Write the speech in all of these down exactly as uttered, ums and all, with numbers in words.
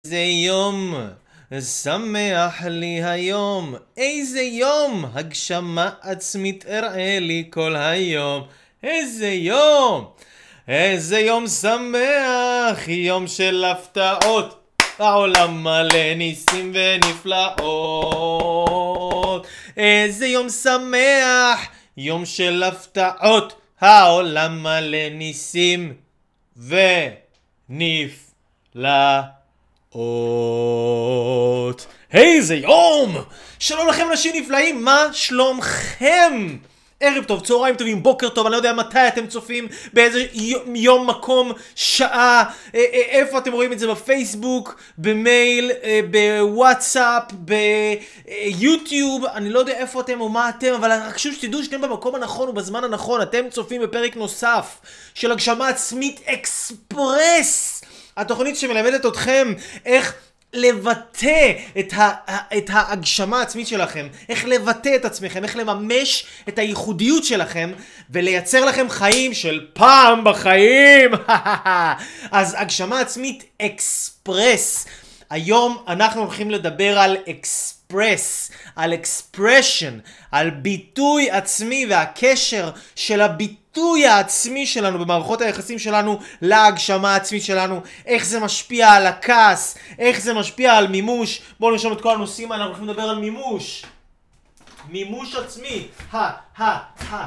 איזה יום שמח לי היום, איזה יום הגשמה עצמית אראה לי כל היום. איזה יום, איזה יום שמח, יום של הפתעות, העולם מלא ניסים ונפלאות. איזה יום שמח, יום של הפתעות, העולם מלא ניסים ונפלאות. איזה יום! שלום לכם אנשים נפלאים, מה שלומכם? ערב טוב, צהריים טובים, בוקר טוב, אני לא יודע מתי אתם צופים, באיזה יום, מקום, שעה, איפה אתם רואים את זה, בפייסבוק, במייל, בוואטסאפ, ביוטיוב, אני לא יודע איפה אתם או מה אתם, אבל רק חשוב שתדעו שאתם במקום הנכון ובזמן הנכון. אתם צופים בפרק נוסף של הגשמה עצמית אקספרס, התוכנית שמלמדת אתכם איך לבטא את, ה, את ההגשמה העצמית שלכם, איך לבטא את עצמכם, איך לממש את הייחודיות שלכם ולייצר לכם חיים של פעם בחיים. אז הגשמה עצמית אקספרס. היום אנחנו הולכים לדבר על אקספרס, על אקספרשן, על ביטוי עצמי והקשר של הביטוי העצמי שלנו במערכות היחסים שלנו להגשמה העצמית שלנו, איך זה משפיע על הכעס, איך זה משפיע על מימוש. בואו נרשום את כל הנושאים, אנחנו הולכים לדבר על מימוש. מימוש עצמי, ה, ה, ה,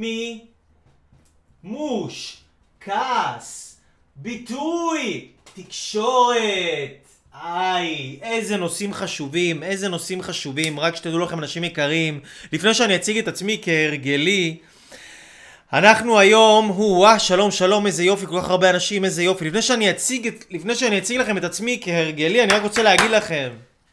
מימוש, כעס, ביטוי, תקשורת. איי, איזה נושאים חשובים, איזה נושאים חשובים. רק שתדעו לכם אנשים יקרים, לפני שאני אציג את עצמי כהרגלי, אנחנו היום, וואה, שלום שלום, איזה יופי, כל כך הרבה אנשים, איזה יופי. לפני שאני אציג, את, לפני שאני אציג לכם את עצמי כהרגלי, אני רק רוצה להגיד לכם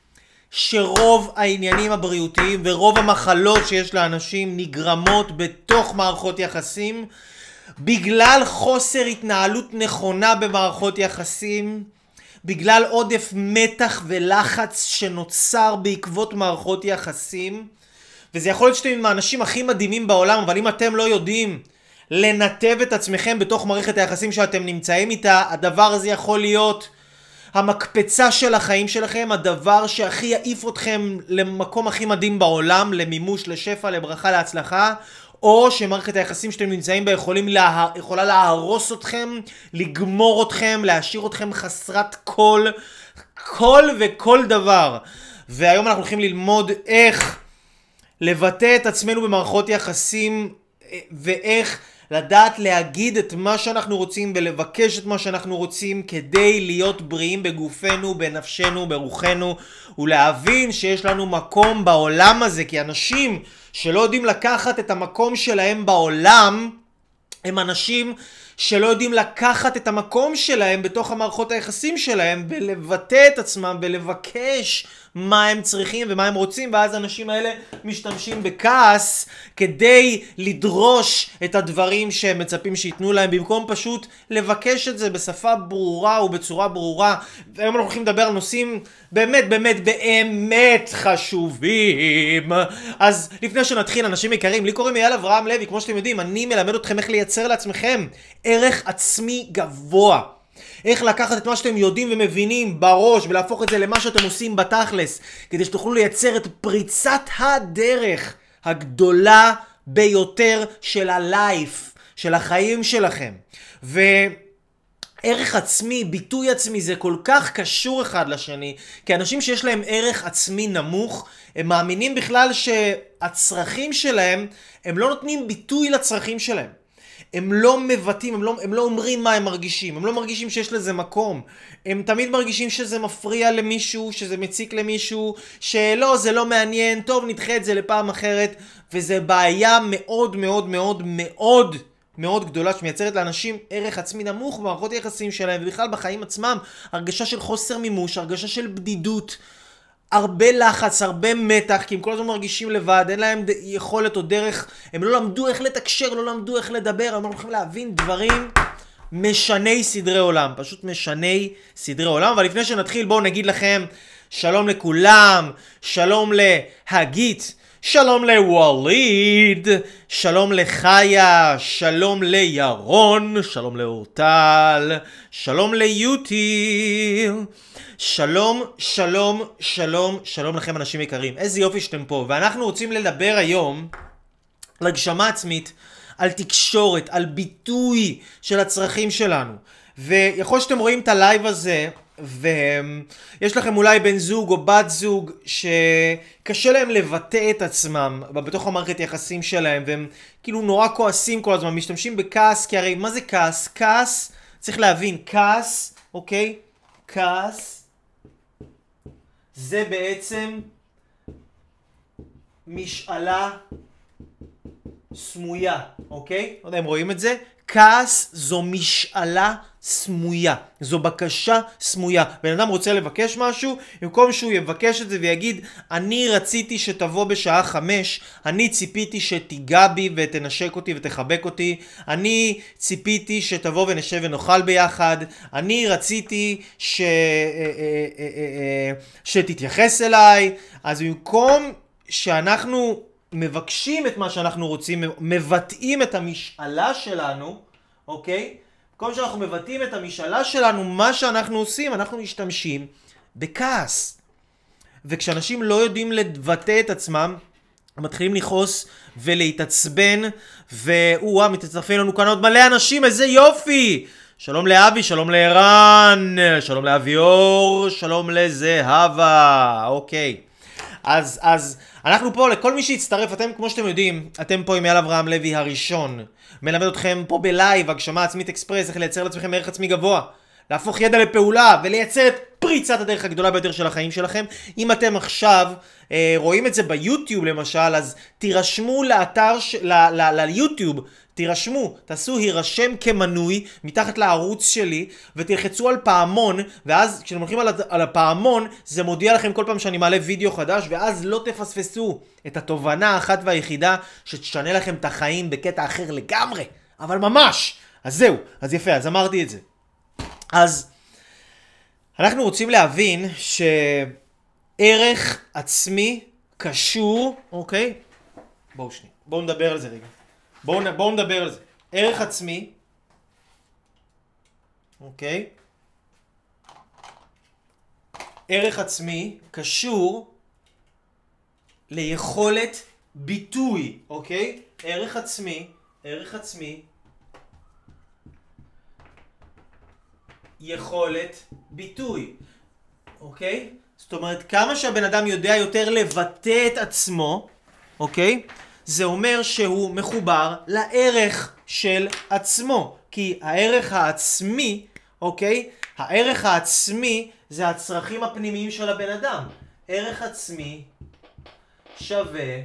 שרוב העניינים הבריאותיים ורוב המחלות שיש לאנשים נגרמות בתוך מערכות יחסים בגלל חוסר התנהלות נכונה במערכות יחסים, בגלל עודף מתח ולחץ שנוצר בעקבות מערכות יחסים. וזה יכול להיות שאתם עם האנשים הכי מדהימים בעולם, אבל אם אתם לא יודעים לנתב את עצמכם בתוך מערכת היחסים שאתם נמצאים איתה, הדבר הזה יכול להיות המקפצה של החיים שלכם, הדבר שהכי יעיף אתכם למקום הכי מדהים בעולם, למימוש, לשפע, לברכה, להצלחה, או שמערכת היחסים שאתם נמצאים בה יכולים לה... יכולה להרוס אתכם, לגמור אתכם, להשאיר אתכם חסרת כל, כל וכל דבר. והיום אנחנו הולכים ללמוד איך לבטא את עצמנו במערכות יחסים, ואיך לדעת להגיד את מה שאנחנו רוצים ולבקש את מה שאנחנו רוצים כדי להיות בריאים בגופנו, בנפשנו, ברוחנו, ולהבין שיש לנו מקום בעולם הזה. כי אנשים שלא יודעים לקחת את המקום שלהם בעולם הם אנשים שלא יודעים לקחת את המקום שלהם בתוך המערכות היחסים שלהם ולבטא את עצמם ולבקש מה הם צריכים ומה הם רוצים, ואז האנשים האלה משתמשים בכעס כדי לדרוש את הדברים שהם מצפים שיתנו להם, במקום פשוט לבקש את זה בשפה ברורה ובצורה ברורה. והיום אנחנו הולכים לדבר על נושאים באמת באמת באמת חשובים. אז לפני שנתחיל אנשים יקרים, לי קוראים אייל אברהם לוי, כמו שאתם יודעים אני מלמד אתכם איך לייצר לעצמכם ערך עצמי גבוה, איך לקחת את מה שאתם יודעים ומבינים בראש ולהפוך את זה למה שאתם עושים בתכלס, כדי שתוכלו לייצר את פריצת הדרך הגדולה ביותר של הלייף, של החיים שלכם. וערך עצמי, ביטוי עצמי, זה כל כך קשור אחד לשני, כי אנשים שיש להם ערך עצמי נמוך, הם מאמינים בכלל שהצרכים שלהם, הם לא נותנים ביטוי לצרכים שלהם. הם לא מבטאים, הם לא, הם לא אומרים מה הם מרגישים, הם לא מרגישים שיש לזה מקום. הם תמיד מרגישים שזה מפריע למישהו, שזה מציק למישהו, שלא, זה לא מעניין, טוב נדחה את זה לפעם אחרת. וזה בעיה מאוד מאוד מאוד מאוד מאוד גדולה שמייצרת לאנשים ערך עצמי נמוך במערכות היחסים שלהם ובכלל בחיים עצמם. הרגשה של חוסר מימוש, הרגשה של בדידות, הרבה לחץ, הרבה מתח, כי הם כל הזמן מרגישים לבד, אין להם יכולת או דרך, הם לא למדו איך לתקשר, לא למדו איך לדבר, הם לא הולכים להבין דברים משני סדרי עולם, פשוט משני סדרי עולם. אבל לפני שנתחיל בואו נגיד לכם שלום לכולם, שלום להגית, שלום לווליד, שלום לחיה, שלום לירון, שלום לאורטל, שלום ליותי, שלום, שלום, שלום, שלום לכם אנשים יקרים. איזה יופי שאתם פה. ואנחנו רוצים לדבר היום על הגשמה עצמית, על תקשורת, על ביטוי של הצרכים שלנו. ויכול שאתם רואים את הלייב הזה, ויש לכם אולי בן זוג או בת זוג שקשה להם לבטא את עצמם בתוך המערכת יחסים שלהם, והם כאילו נורא כועסים כל הזמן, משתמשים בכעס, כי הרי מה זה כעס? כעס, צריך להבין, כעס, אוקיי? כעס זה בעצם משאלה סמויה, אוקיי? לא יודע אם רואים את זה. כעס זו משאלה סמויה, זו בקשה סמויה. בן אדם רוצה לבקש משהו, במקום שהוא יבקש את זה ויגיד, אני רציתי שתבוא בשעה חמש, אני ציפיתי שתיגע בי ותנשק אותי ותחבק אותי, אני ציפיתי שתבוא ונשב ונאכל ביחד, אני רציתי ש... שתתייחס אליי. אז במקום שאנחנו מבקשים את מה שאנחנו רוצים, מבטאים את המשאלה שלנו, אוקיי? במקום שאנחנו מבטאים את המשאלה שלנו, מה שאנחנו עושים, אנחנו משתמשים בכעס. וכשאנשים לא יודעים לבטא את עצמם, מתחילים לכעוס ולהתעצבן, ווואה, מתצטרפים לנו כאן עוד מלא אנשים, איזה יופי! שלום לאבי, שלום לערן, שלום לאביור, שלום לזהבה, אוקיי. אז, אז אנחנו פה, לכל מי שהצטרף, אתם כמו שאתם יודעים, אתם פה עם יאל אברהם לוי הראשון. מלמד אתכם פה בלייב, הגשמה עצמית אקספרס, איך לייצר לעצמכם ערך עצמי גבוה. להפוך ידע לפעולה ולייצר את פריצת הדרך הגדולה ביותר של החיים שלכם. אם אתם עכשיו אה, רואים את זה ביוטיוב למשל, אז תירשמו לאתר, ש... ל... ל... ליוטיוב, תירשמו, תעשו הירשם כמנוי מתחת לערוץ שלי, ותלחצו על פעמון, ואז כשאתם הולכים על, על הפעמון, זה מודיע לכם כל פעם שאני מעלה וידאו חדש, ואז לא תפספסו את התובנה האחת והיחידה שתשנה לכם את החיים בקטע אחר לגמרי, אבל ממש. אז זהו, אז יפה, אז אמרתי את זה. אז אנחנו רוצים להבין שערך עצמי קשור, אוקיי? בואו שנייה, בואו נדבר על זה רגע. בואו בוא נדבר על זה. ערך עצמי, אוקיי? ערך עצמי קשור ליכולת ביטוי, אוקיי? ערך עצמי, ערך עצמי, יכולת ביטוי, אוקיי? זאת אומרת, כמה שהבן אדם יודע יותר לבטא את עצמו, אוקיי? זה אומר שהוא מחובר לערך של עצמו. כי הערך העצמי, אוקיי? הערך העצמי זה הצרכים הפנימיים של הבן אדם. ערך עצמי שווה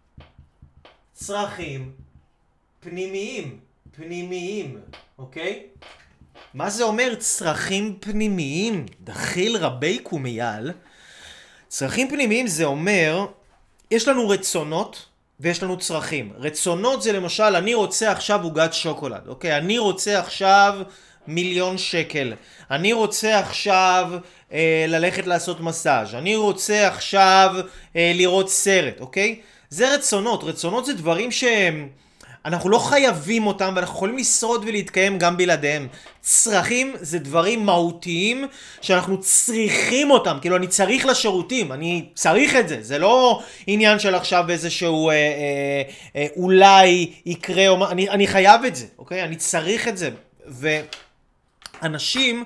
צרכים פנימיים. פנימיים, אוקיי? מה זה אומר צרכים פנימיים? דחיל רבי קומייל. צרכים פנימיים זה אומר, יש לנו רצונות, ויש לנו צרכים. רצונות זה למשל, אני רוצה עכשיו עוגת שוקולד, אוקיי? אני רוצה עכשיו מיליון שקל. אני רוצה עכשיו אה, ללכת לעשות מסאז'. אני רוצה עכשיו אה, לראות סרט, אוקיי? זה רצונות. רצונות זה דברים שהם... אנחנו לא חייבים אותם, ואנחנו יכולים לשרוד ולהתקיים גם בלעדיהם. צרכים זה דברים מהותיים שאנחנו צריכים אותם. כאילו, אני צריך לשירותים, אני צריך את זה. זה לא עניין של עכשיו איזשהו אה, אה, אה, אולי יקרה, או, אני, אני חייב את זה, אוקיי? אני צריך את זה. ואנשים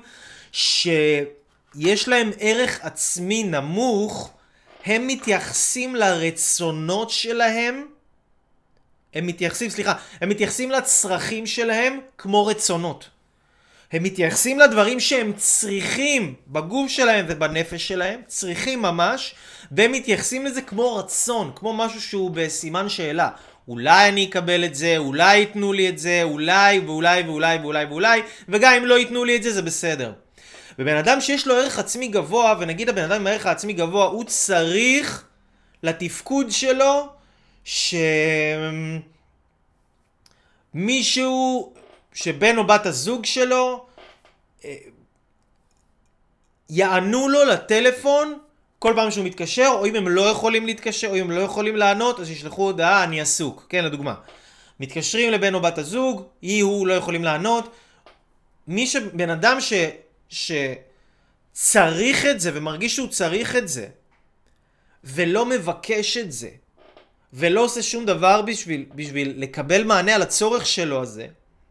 שיש להם ערך עצמי נמוך, הם מתייחסים לרצונות שלהם, הם מתייחסים, סליחה, הם מתייחסים לצרכים שלהם כמו רצונות. הם מתייחסים לדברים שהם צריכים בגוף שלהם ובנפש שלהם, צריכים ממש, והם מתייחסים לזה כמו רצון, כמו משהו שהוא בסימן שאלה. אולי אני אקבל את זה, אולי ייתנו לי את זה, אולי ואולי ואולי ואולי ואולי, וגם אם לא ייתנו לי את זה, זה בסדר. ובן אדם שיש לו ערך עצמי גבוה, ונגיד הבן אדם עם הערך העצמי גבוה, הוא צריך לתפקוד שלו, שמישהו, שבן או בת הזוג שלו, יענו לו לטלפון כל פעם שהוא מתקשר, או אם הם לא יכולים להתקשר, או אם הם לא יכולים לענות, אז ישלחו הודעה, אני עסוק. כן, לדוגמה. מתקשרים לבן או בת הזוג, היא הוא לא יכולים לענות. מי שבן אדם ש, שצריך את זה, ומרגיש שהוא צריך את זה, ולא מבקש את זה, ולא עושה שום דבר בשביל, בשביל לקבל מענה על הצורך שלו הזה,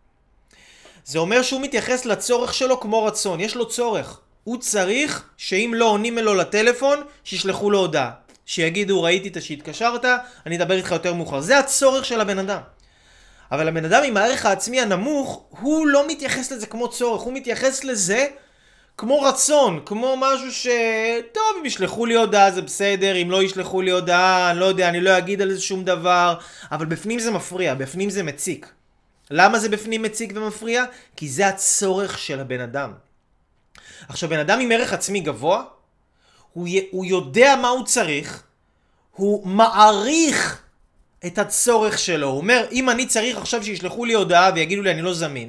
זה אומר שהוא מתייחס לצורך שלו כמו רצון. יש לו צורך. הוא צריך שאם לא עונים לו לטלפון, שישלחו לו הודעה. שיגידו, ראיתי את שהתקשרת, אני אדבר איתך יותר מאוחר. זה הצורך של הבן אדם. אבל הבן אדם עם הערך העצמי הנמוך, הוא לא מתייחס לזה כמו צורך. הוא מתייחס לזה כמו רצון, כמו משהו ש... טוב, אם ישלחו לי הודעה זה בסדר, אם לא ישלחו לי הודעה, אני לא יודע, אני לא אגיד על זה שום דבר. אבל בפנים זה מפריע, בפנים זה מציק. למה זה בפנים מציק ומפריע? כי זה הצורך של הבן אדם. עכשיו, בן אדם עם ערך עצמי גבוה, הוא, י... הוא יודע מה הוא צריך, הוא מעריך את הצורך שלו. הוא אומר, אם אני צריך עכשיו שישלחו לי הודעה ויגידו לי אני לא זמין,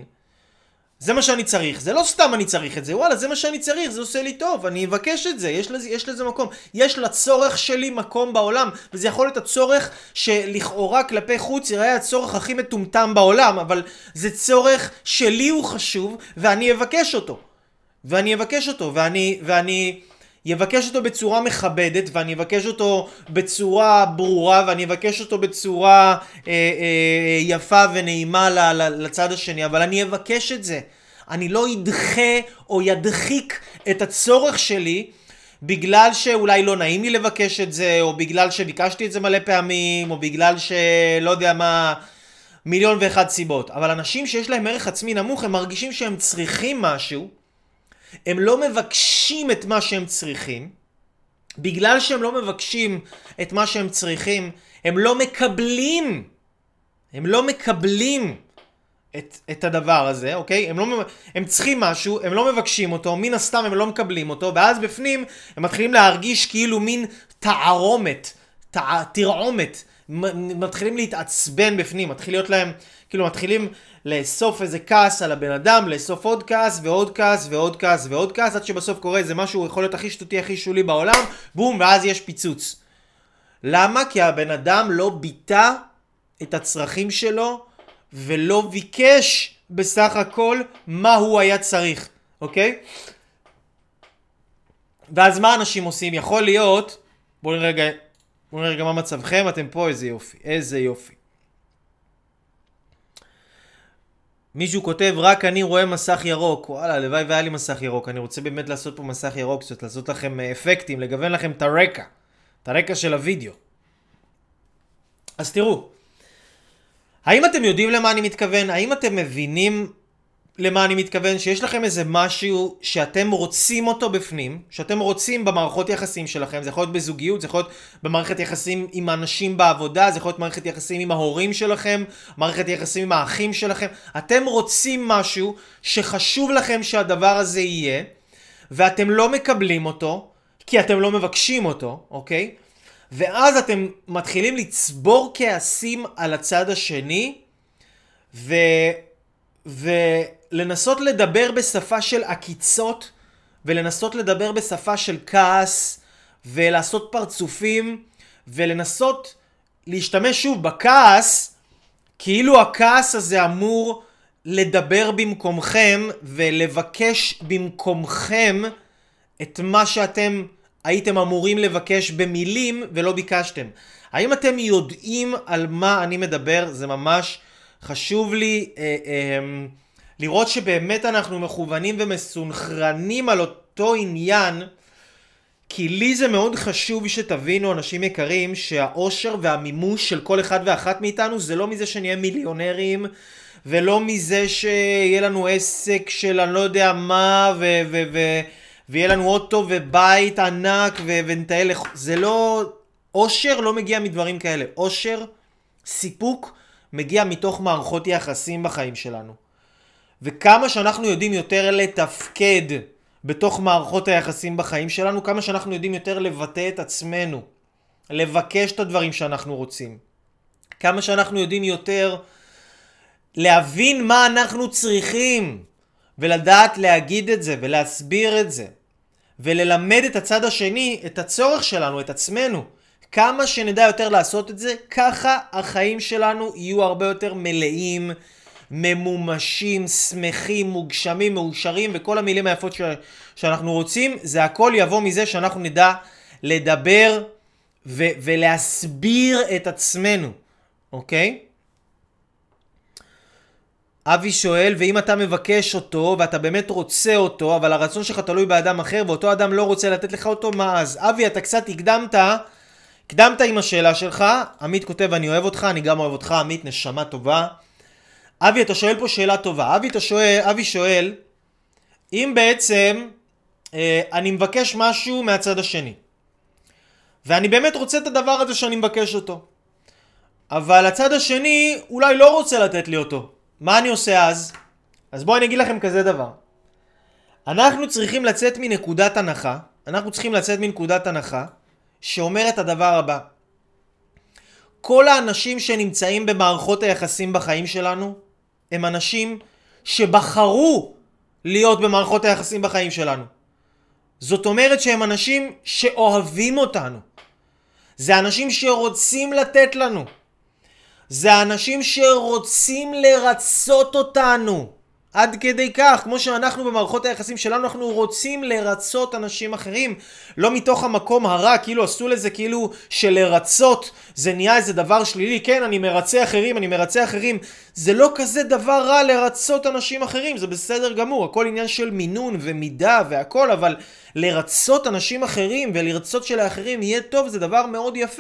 זה מה שאני צריך. זה לא סתם אני צריך את זה, וואלה, זה מה שאני צריך, זה עושה לי טוב, אני אבקש את זה, יש לזה, יש לזה מקום. יש לצורך שלי מקום בעולם, וזה יכול להיות הצורך שלכאורה כלפי חוץ יראה הצורך הכי מטומטם בעולם, אבל זה צורך שלי הוא חשוב, ואני אבקש אותו. ואני אבקש אותו, ואני, ואני אבקש אותו בצורה מכבדת, ואני אבקש אותו בצורה ברורה, ואני אבקש אותו בצורה אה, אה, יפה ונעימה ל, ל, לצד השני, אבל אני אבקש את זה. אני לא ידחה או ידחיק את הצורך שלי, בגלל שאולי לא נעים לי לבקש את זה, או בגלל שביקשתי את זה מלא פעמים, או בגלל שלא יודע מה, מיליון ואחד סיבות. אבל אנשים שיש להם ערך עצמי נמוך, הם מרגישים שהם צריכים משהו, הם לא מבקשים את מה שהם צריכים. בגלל שהם לא מבקשים את מה שהם צריכים, הם לא מקבלים. הם לא מקבלים את, את הדבר הזה, אוקיי? הם, לא, הם צריכים משהו, הם לא מבקשים אותו, מן הסתם הם לא מקבלים אותו, ואז בפנים הם מתחילים להרגיש כאילו מין תערומת, תע, תרעומת, מתחילים להתעצבן בפנים, מתחיל להיות להם, כאילו מתחילים לאסוף איזה כעס על הבן אדם, לאסוף עוד כעס ועוד כעס ועוד כעס ועוד כעס, עד שבסוף קורה איזה משהו יכול להיות הכי שטותי, הכי שולי בעולם, בום, ואז יש פיצוץ. למה? כי הבן אדם לא ביטא את הצרכים שלו, ולא ביקש בסך הכל מה הוא היה צריך, אוקיי? ואז מה אנשים עושים? יכול להיות, בואו נראה רגע, בואו נראה רגע מה מצבכם, אתם פה, איזה יופי, איזה יופי. מישהו כותב, רק אני רואה מסך ירוק. וואלה, לוואי והיה לי מסך ירוק. אני רוצה באמת לעשות פה מסך ירוק, קצת לעשות לכם אפקטים, לגוון לכם את הרקע. את הרקע של הוידאו. אז תראו. האם אתם יודעים למה אני מתכוון? האם אתם מבינים למה אני מתכוון? שיש לכם איזה משהו שאתם רוצים אותו בפנים, שאתם רוצים במערכות יחסים שלכם, זה יכול להיות בזוגיות, זה יכול להיות במערכת יחסים עם האנשים בעבודה, זה יכול להיות מערכת יחסים עם ההורים שלכם, מערכת יחסים עם האחים שלכם. אתם רוצים משהו שחשוב לכם שהדבר הזה יהיה, ואתם לא מקבלים אותו, כי אתם לא מבקשים אותו, אוקיי? ואז אתם מתחילים לצבור כעסים על הצד השני, ו... ולנסות לדבר בשפה של עקיצות, ולנסות לדבר בשפה של כעס, ולעשות פרצופים, ולנסות להשתמש שוב בכעס, כאילו הכעס הזה אמור לדבר במקומכם, ולבקש במקומכם את מה שאתם הייתם אמורים לבקש במילים ולא ביקשתם. האם אתם יודעים על מה אני מדבר? זה ממש חשוב לי אה, אה, לראות שבאמת אנחנו מכוונים ומסונכרנים על אותו עניין, כי לי זה מאוד חשוב שתבינו, אנשים יקרים, שהאושר והמימוש של כל אחד ואחת מאיתנו זה לא מזה שנהיה מיליונרים, ולא מזה שיהיה לנו עסק של אני לא יודע מה, ו... ו, ו ויהיה לנו אוטו ובית ענק ו- ונטייל, זה לא, אושר לא מגיע מדברים כאלה. אושר, סיפוק, מגיע מתוך מערכות יחסים בחיים שלנו. וכמה שאנחנו יודעים יותר לתפקד בתוך מערכות היחסים בחיים שלנו, כמה שאנחנו יודעים יותר לבטא את עצמנו, לבקש את הדברים שאנחנו רוצים, כמה שאנחנו יודעים יותר להבין מה אנחנו צריכים, ולדעת להגיד את זה ולהסביר את זה, וללמד את הצד השני, את הצורך שלנו, את עצמנו. כמה שנדע יותר לעשות את זה, ככה החיים שלנו יהיו הרבה יותר מלאים, ממומשים, שמחים, מוגשמים, מאושרים, וכל המילים היפות ש... שאנחנו רוצים, זה הכל יבוא מזה שאנחנו נדע לדבר ו... ולהסביר את עצמנו, אוקיי? אבי שואל, ואם אתה מבקש אותו ואתה באמת רוצה אותו, אבל הרצון שלך תלוי באדם אחר ואותו אדם לא רוצה לתת לך אותו, מה אז? אבי, אתה קצת הקדמת, הקדמת עם השאלה שלך. עמית כותב, אני אוהב אותך, אני גם אוהב אותך, עמית, נשמה טובה. אבי, אתה שואל פה שאלה טובה. אבי, אתה שואל, אבי שואל, אם בעצם אה, אני מבקש משהו מהצד השני, ואני באמת רוצה את הדבר הזה שאני מבקש אותו, אבל הצד השני אולי לא רוצה לתת לי אותו, מה אני עושה אז? אז בואו אני אגיד לכם כזה דבר. אנחנו צריכים לצאת מנקודת הנחה, אנחנו צריכים לצאת מנקודת הנחה, שאומר את הדבר הבא. כל האנשים שנמצאים במערכות היחסים בחיים שלנו, הם אנשים שבחרו להיות במערכות היחסים בחיים שלנו. זאת אומרת שהם אנשים שאוהבים אותנו. זה אנשים שרוצים לתת לנו. זה אנשים שרוצים לרצות אותנו. עד כדי כך, כמו שאנחנו במערכות היחסים שלנו, אנחנו רוצים לרצות אנשים אחרים. לא מתוך המקום הרע, כאילו עשו לזה כאילו שלרצות זה נהיה איזה דבר שלילי. כן, אני מרצה אחרים, אני מרצה אחרים. זה לא כזה דבר רע לרצות אנשים אחרים, זה בסדר גמור. הכל עניין של מינון ומידה והכל, אבל לרצות אנשים אחרים ולרצות שלאחרים יהיה טוב, זה דבר מאוד יפה.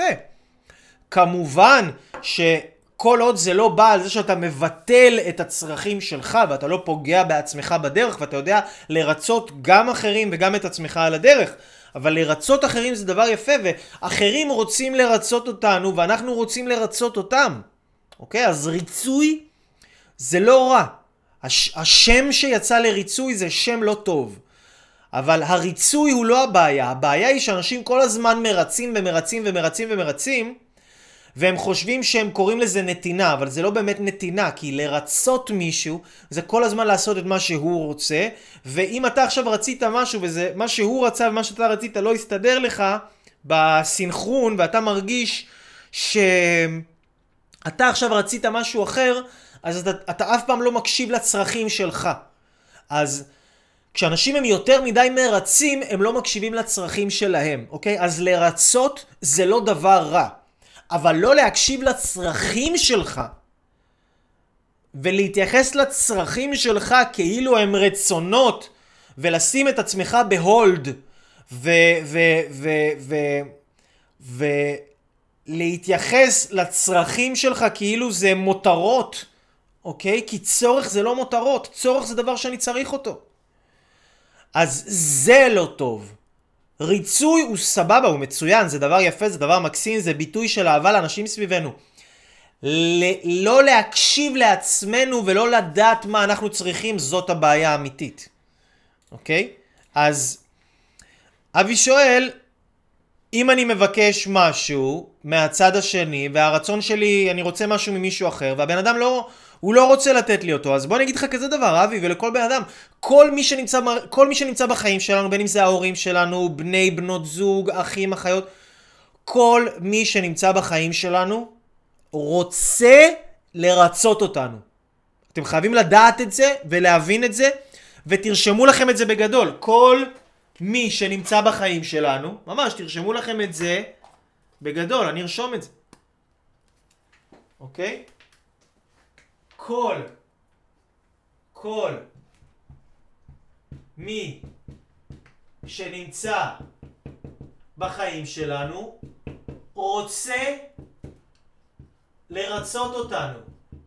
כמובן ש... כל עוד זה לא בא על זה שאתה מבטל את הצרכים שלך ואתה לא פוגע בעצמך בדרך ואתה יודע לרצות גם אחרים וגם את עצמך על הדרך. אבל לרצות אחרים זה דבר יפה, ואחרים רוצים לרצות אותנו ואנחנו רוצים לרצות אותם. אוקיי? אז ריצוי זה לא רע. הש- השם שיצא לריצוי זה שם לא טוב. אבל הריצוי הוא לא הבעיה. הבעיה היא שאנשים כל הזמן מרצים ומרצים ומרצים ומרצים, והם חושבים שהם קוראים לזה נתינה, אבל זה לא באמת נתינה, כי לרצות מישהו זה כל הזמן לעשות את מה שהוא רוצה, ואם אתה עכשיו רצית משהו וזה מה שהוא רצה ומה שאתה רצית לא יסתדר לך בסינכרון, ואתה מרגיש שאתה עכשיו רצית משהו אחר, אז אתה, אתה אף פעם לא מקשיב לצרכים שלך. אז כשאנשים הם יותר מדי מרצים, הם לא מקשיבים לצרכים שלהם, אוקיי? אז לרצות זה לא דבר רע. אבל לא להקשיב לצרכים שלך, ולהתייחס לצרכים שלך כאילו הם רצונות, ולשים את עצמך בהולד, ו... ו... ו... ו... ולהתייחס לצרכים שלך כאילו זה מותרות, אוקיי? כי צורך זה לא מותרות, צורך זה דבר שאני צריך אותו. אז זה לא טוב. ריצוי הוא סבבה, הוא מצוין, זה דבר יפה, זה דבר מקסים, זה ביטוי של אהבה לאנשים סביבנו. ל- לא להקשיב לעצמנו ולא לדעת מה אנחנו צריכים, זאת הבעיה האמיתית. אוקיי? אז אבי שואל, אם אני מבקש משהו מהצד השני, והרצון שלי, אני רוצה משהו ממישהו אחר, והבן אדם לא... הוא לא רוצה לתת לי אותו, אז בוא נגיד לך כזה דבר, אבי, ולכל בן אדם, כל מי שנמצא, כל מי שנמצא בחיים שלנו, בין אם זה ההורים שלנו, בני, בנות זוג, אחים, אחיות, כל מי שנמצא בחיים שלנו, רוצה לרצות אותנו. אתם חייבים לדעת את זה, ולהבין את זה, ותרשמו לכם את זה בגדול. כל מי שנמצא בחיים שלנו, ממש תרשמו לכם את זה בגדול, אני ארשום את זה. אוקיי? כל, כל מי שנמצא בחיים שלנו רוצה לרצות אותנו.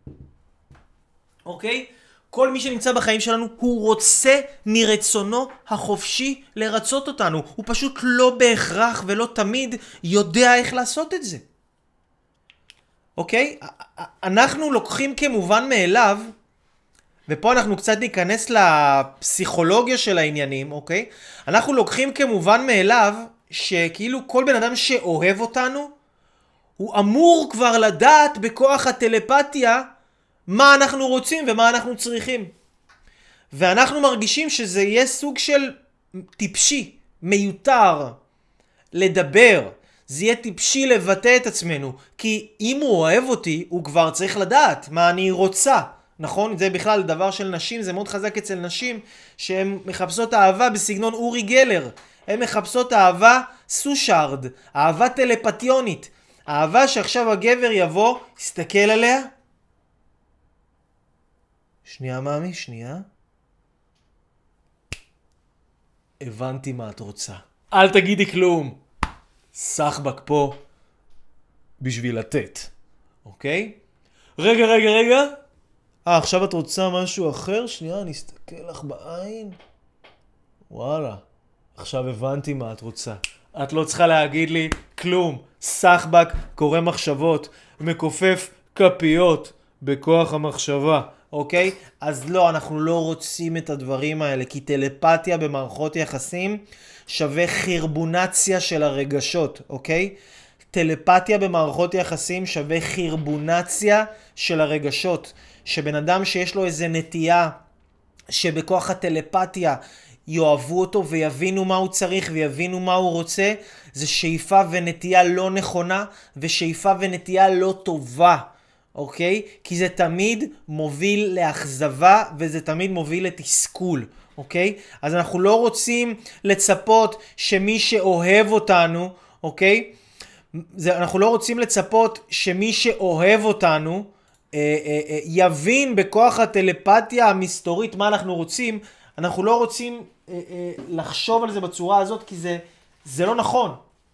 אוקיי? כל מי שנמצא בחיים שלנו הוא רוצה מרצונו החופשי לרצות אותנו. הוא פשוט לא בהכרח ולא תמיד יודע איך לעשות את זה. אוקיי? אנחנו לוקחים כמובן מאליו, ופה אנחנו קצת ניכנס לפסיכולוגיה של העניינים, אוקיי? אנחנו לוקחים כמובן מאליו שכאילו כל בן אדם שאוהב אותנו, הוא אמור כבר לדעת בכוח הטלפתיה מה אנחנו רוצים ומה אנחנו צריכים. ואנחנו מרגישים שזה יהיה סוג של טיפשי, מיותר לדבר. זה יהיה טיפשי לבטא את עצמנו. כי אם הוא אוהב אותי, הוא כבר צריך לדעת מה אני רוצה. נכון? זה בכלל דבר של נשים, זה מאוד חזק אצל נשים, שהן מחפשות אהבה בסגנון אורי גלר. הן מחפשות אהבה סושארד, אהבה טלפטיונית. אהבה שעכשיו הגבר יבוא, יסתכל עליה. שנייה מאמי, שנייה. הבנתי מה את רוצה. אל תגידי כלום. סחבק פה בשביל לתת. אוקיי? רגע, רגע, רגע. אה, עכשיו את רוצה משהו אחר? שנייה, אני אסתכל לך בעין. וואלה. עכשיו הבנתי מה את רוצה. את לא צריכה להגיד לי כלום. סחבק, קורא מחשבות, מכופף כפיות בכוח המחשבה. אוקיי? אז לא, אנחנו לא רוצים את הדברים האלה, כי טלפתיה במערכות יחסים שווה חירבונציה של הרגשות, אוקיי? טלפתיה במערכות יחסים שווה חירבונציה של הרגשות. שבן אדם שיש לו איזה נטייה שבכוח הטלפתיה יאהבו אותו ויבינו מה הוא צריך ויבינו מה הוא רוצה, זה שאיפה ונטייה לא נכונה ושאיפה ונטייה לא טובה. אוקיי? כי זה תמיד מוביל לאכזבה וזה תמיד מוביל לתסכול. אוקיי? אז אנחנו לא רוצים לצפות שמי שאוהב אותנו, אוקיי? זה, אנחנו לא רוצים לצפות שמי שאוהב אותנו אה, אה, אה, יבין בכוח הטלפתיה המסתורית מה אנחנו רוצים. אנחנו לא רוצים אה, אה, לחשוב על זה בצורה הזאת, כי זה, זה לא נכון.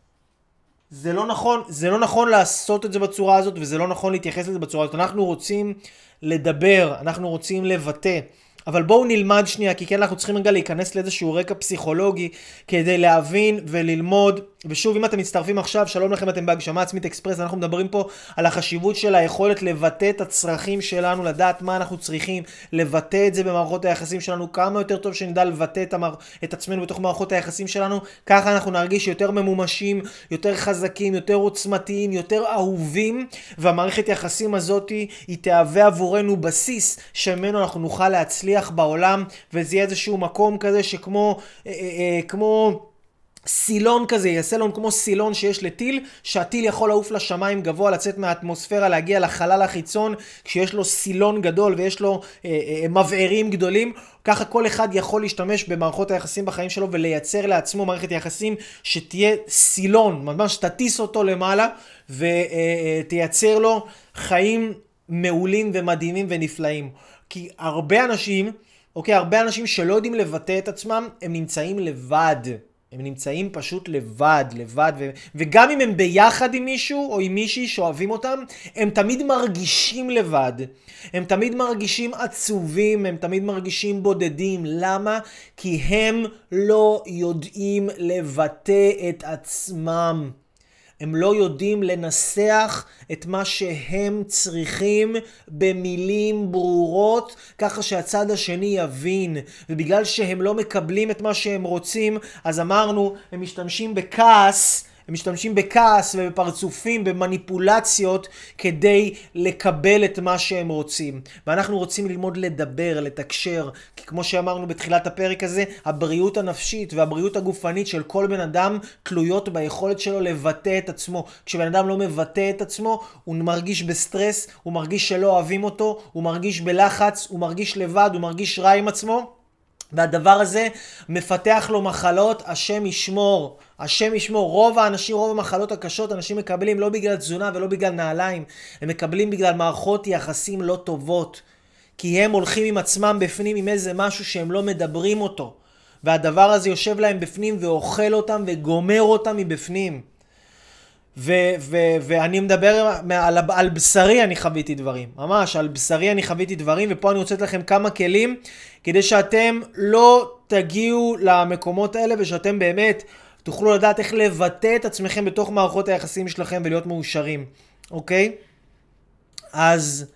זה לא נכון, זה לא נכון לעשות את זה בצורה הזאת, וזה לא נכון להתייחס לזה בצורה הזאת. אנחנו רוצים לדבר, אנחנו רוצים לבטא. אבל בואו נלמד שנייה, כי כן אנחנו צריכים רגע להיכנס לאיזשהו רקע פסיכולוגי כדי להבין וללמוד. ושוב, אם אתם מצטרפים עכשיו, שלום לכם, אתם בהגשמה עצמית אקספרס. אנחנו מדברים פה על החשיבות של היכולת לבטא את הצרכים שלנו, לדעת מה אנחנו צריכים, לבטא את זה במערכות היחסים שלנו. כמה יותר טוב שנדע לבטא את, המער... את עצמנו בתוך מערכות היחסים שלנו, ככה אנחנו נרגיש יותר ממומשים, יותר חזקים, יותר עוצמתיים, יותר אהובים, והמערכת יחסים הזאת היא תהווה עבורנו בסיס שממנו אנחנו נוכל להצליח בעולם, וזה יהיה איזשהו מקום כזה שכמו אה, אה, כמו סילון כזה, יהיה סילון כמו סילון שיש לטיל, שהטיל יכול לעוף לשמיים גבוה, לצאת מהאטמוספירה, להגיע לחלל החיצון, כשיש לו סילון גדול ויש לו אה, אה, מבערים גדולים. ככה כל אחד יכול להשתמש במערכות היחסים בחיים שלו ולייצר לעצמו מערכת יחסים שתהיה סילון, ממש תטיס אותו למעלה ותייצר לו חיים מעולים ומדהימים ונפלאים. כי הרבה אנשים, אוקיי, הרבה אנשים שלא יודעים לבטא את עצמם, הם נמצאים לבד. הם נמצאים פשוט לבד, לבד, ו... וגם אם הם ביחד עם מישהו או עם מישהי שאוהבים אותם, הם תמיד מרגישים לבד. הם תמיד מרגישים עצובים, הם תמיד מרגישים בודדים. למה? כי הם לא יודעים לבטא את עצמם. הם לא יודעים לנסח את מה שהם צריכים במילים ברורות, ככה שהצד השני יבין. ובגלל שהם לא מקבלים את מה שהם רוצים, אז אמרנו, הם משתמשים בכעס, הם משתמשים בכעס ובפרצופים, במניפולציות, כדי לקבל את מה שהם רוצים. ואנחנו רוצים ללמוד לדבר, לתקשר, כי כמו שאמרנו בתחילת הפרק הזה, הבריאות הנפשית והבריאות הגופנית של כל בן אדם תלויות ביכולת שלו לבטא את עצמו. כשבן אדם לא מבטא את עצמו, הוא מרגיש בסטרס, הוא מרגיש שלא אוהבים אותו, הוא מרגיש בלחץ, הוא מרגיש לבד, הוא מרגיש רע עם עצמו. והדבר הזה מפתח לו מחלות, השם ישמור. השם ישמור. רוב האנשים, רוב המחלות הקשות, אנשים מקבלים לא בגלל תזונה ולא בגלל נעליים. הם מקבלים בגלל מערכות יחסים לא טובות. כי הם הולכים עם עצמם בפנים עם איזה משהו שהם לא מדברים אותו. והדבר הזה יושב להם בפנים ואוכל אותם וגומר אותם מבפנים. ו- ו- ואני מדבר על, על בשרי אני חוויתי דברים. ממש, על בשרי אני חוויתי דברים, ופה אני רוצה לתת לכם כמה כלים, כדי שאתם לא תגיעו למקומות האלה, ושאתם באמת תוכלו לדעת איך לבטא את עצמכם בתוך מערכות היחסים שלכם, ולהיות מאושרים. אוקיי? אז,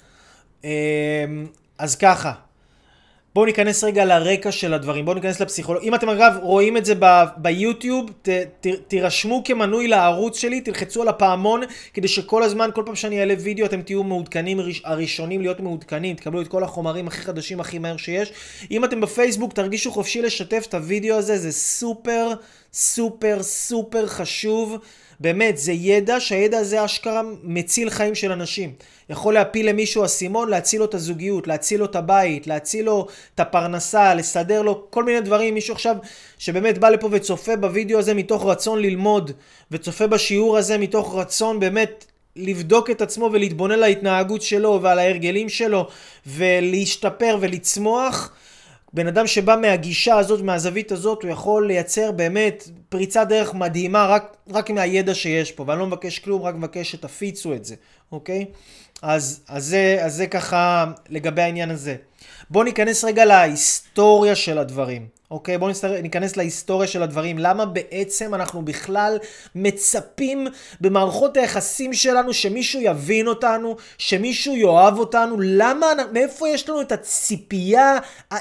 אז ככה. בואו ניכנס רגע לרקע של הדברים, בואו ניכנס לפסיכולוגיה. אם אתם אגב רואים את זה ב- ביוטיוב, ת, ת, תירשמו כמנוי לערוץ שלי, תלחצו על הפעמון, כדי שכל הזמן, כל פעם שאני אעלה וידאו, אתם תהיו מעודכנים, הראשונים להיות מעודכנים, תקבלו את כל החומרים הכי חדשים, הכי מהר שיש. אם אתם בפייסבוק, תרגישו חופשי לשתף את הוידאו הזה, זה סופר, סופר סופר חשוב. באמת, זה ידע, שהידע הזה אשכרה מציל חיים של אנשים. יכול להפיל למישהו אסימון, להציל לו את הזוגיות, להציל לו את הבית, להציל לו את הפרנסה, לסדר לו כל מיני דברים. מישהו עכשיו שבאמת בא לפה וצופה בווידאו הזה מתוך רצון ללמוד, וצופה בשיעור הזה מתוך רצון באמת לבדוק את עצמו ולהתבונן להתנהגות שלו ועל ההרגלים שלו ולהשתפר ולצמוח. בן אדם שבא מהגישה הזאת, מהזווית הזאת, הוא יכול לייצר באמת פריצת דרך מדהימה רק, רק מהידע שיש פה. ואני לא מבקש כלום, רק מבקש שתפיצו את זה, אוקיי? אז, אז, זה, אז זה ככה לגבי העניין הזה. בואו ניכנס רגע להיסטוריה של הדברים, אוקיי? בואו ניכנס להיסטוריה של הדברים. למה בעצם אנחנו בכלל מצפים במערכות היחסים שלנו שמישהו יבין אותנו, שמישהו יאהב אותנו? למה, מאיפה יש לנו את הציפייה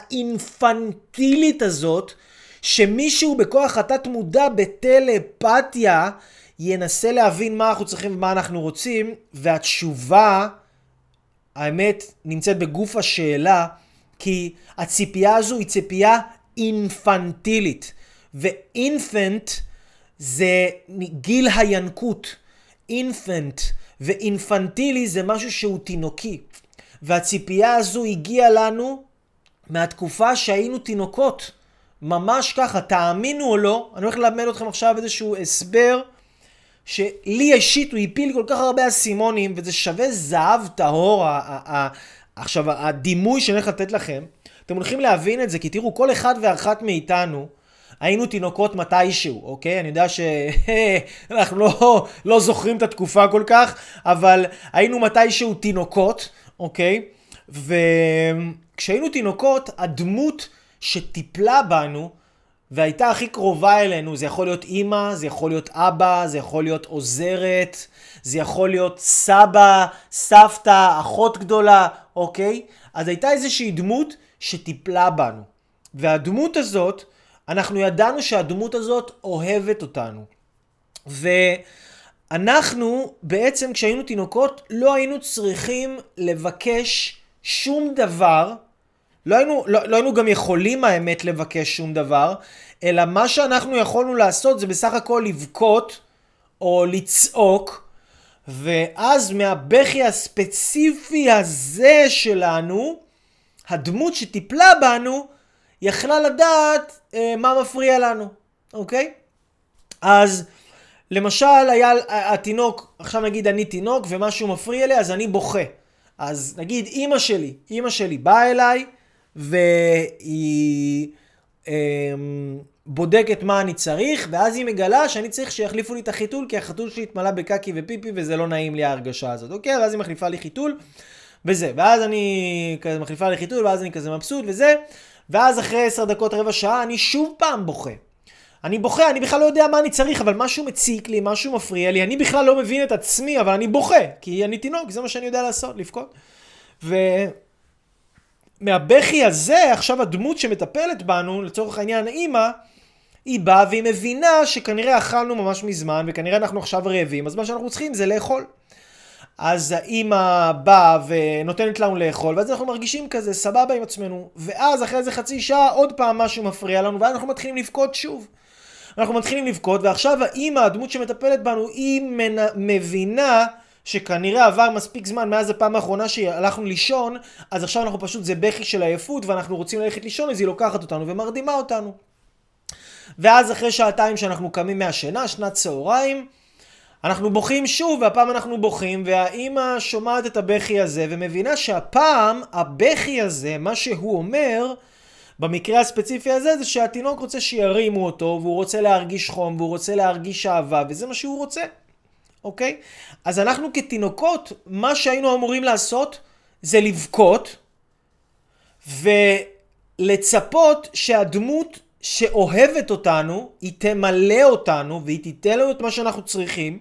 האינפנטילית הזאת שמישהו בכוח התת מודע בטלפתיה ינסה להבין מה אנחנו צריכים ומה אנחנו רוצים? והתשובה, האמת, נמצאת בגוף השאלה, כי הציפייה הזו היא ציפייה אינפנטילית. ואינפנט זה גיל הינקות. אינפנט ואינפנטילי זה משהו שהוא תינוקי. והציפייה הזו הגיעה לנו מהתקופה שהיינו תינוקות. ממש ככה, תאמינו או לא, אני הולך ללמד אתכם עכשיו איזשהו הסבר שלי אישית הוא הפיל כל כך הרבה אסימונים, וזה שווה זהב טהור. עכשיו, הדימוי שאני הולך לתת לכם, אתם הולכים להבין את זה, כי תראו, כל אחד ואחת מאיתנו היינו תינוקות מתישהו, אוקיי? אני יודע שאנחנו לא, לא זוכרים את התקופה כל כך, אבל היינו מתישהו תינוקות, אוקיי? וכשהיינו תינוקות, הדמות שטיפלה בנו, והייתה הכי קרובה אלינו, זה יכול להיות אמא, זה יכול להיות אבא, זה יכול להיות עוזרת, זה יכול להיות סבא, סבתא, אחות גדולה, אוקיי? אז הייתה איזושהי דמות שטיפלה בנו. והדמות הזאת, אנחנו ידענו שהדמות הזאת אוהבת אותנו. ואנחנו בעצם כשהיינו תינוקות לא היינו צריכים לבקש שום דבר, לא היינו, לא, לא היינו גם יכולים האמת לבקש שום דבר, אלא מה שאנחנו יכולנו לעשות זה בסך הכל לבכות או לצעוק, ואז מהבכי הספציפי הזה שלנו, הדמות שטיפלה בנו יכלה לדעת אה, מה מפריע לנו, אוקיי? אז למשל היה התינוק, עכשיו נגיד אני תינוק ומשהו מפריע לי, אז אני בוכה. אז נגיד אמא שלי, אמא שלי באה אליי, והיא אה, בודקת מה אני צריך, ואז היא מגלה שאני צריך שיחליפו לי את החיתול, כי החתול שלי התמלא בקקי ופיפי, וזה לא נעים לי ההרגשה הזאת, אוקיי? ואז היא מחליפה לי חיתול, וזה, ואז אני כזה מחליפה לי חיתול, ואז אני כזה מבסוט, וזה, ואז אחרי עשר דקות, רבע שעה, אני שוב פעם בוכה. אני בוכה, אני בכלל לא יודע מה אני צריך, אבל משהו מציק לי, משהו מפריע לי, אני בכלל לא מבין את עצמי, אבל אני בוכה, כי אני תינוק, זה מה שאני יודע לעשות, לבכות. ו... מהבכי הזה, עכשיו הדמות שמטפלת בנו, לצורך העניין האמא, היא באה והיא מבינה שכנראה אכלנו ממש מזמן, וכנראה אנחנו עכשיו רעבים, אז מה שאנחנו צריכים זה לאכול. אז האמא באה ונותנת לנו לאכול, ואז אנחנו מרגישים כזה סבבה עם עצמנו, ואז אחרי איזה חצי שעה עוד פעם משהו מפריע לנו, ואז אנחנו מתחילים לבכות שוב. אנחנו מתחילים לבכות, ועכשיו האמא, הדמות שמטפלת בנו, היא מבינה שכנראה עבר מספיק זמן מאז הפעם האחרונה שהלכנו לישון, אז עכשיו אנחנו פשוט, זה בכי של עייפות, ואנחנו רוצים ללכת לישון, אז היא לוקחת אותנו ומרדימה אותנו. ואז אחרי שעתיים שאנחנו קמים מהשינה, שנת צהריים, אנחנו בוכים שוב, והפעם אנחנו בוכים, והאמא שומעת את הבכי הזה, ומבינה שהפעם הבכי הזה, מה שהוא אומר, במקרה הספציפי הזה, זה שהתינוק רוצה שירימו אותו, והוא רוצה להרגיש חום, והוא רוצה להרגיש אהבה, וזה מה שהוא רוצה. אוקיי? אז אנחנו כתינוקות, מה שהיינו אמורים לעשות, זה לבכות, ולצפות שהדמות שאוהבת אותנו, היא תמלא אותנו, והיא תיתן לנו את מה שאנחנו צריכים,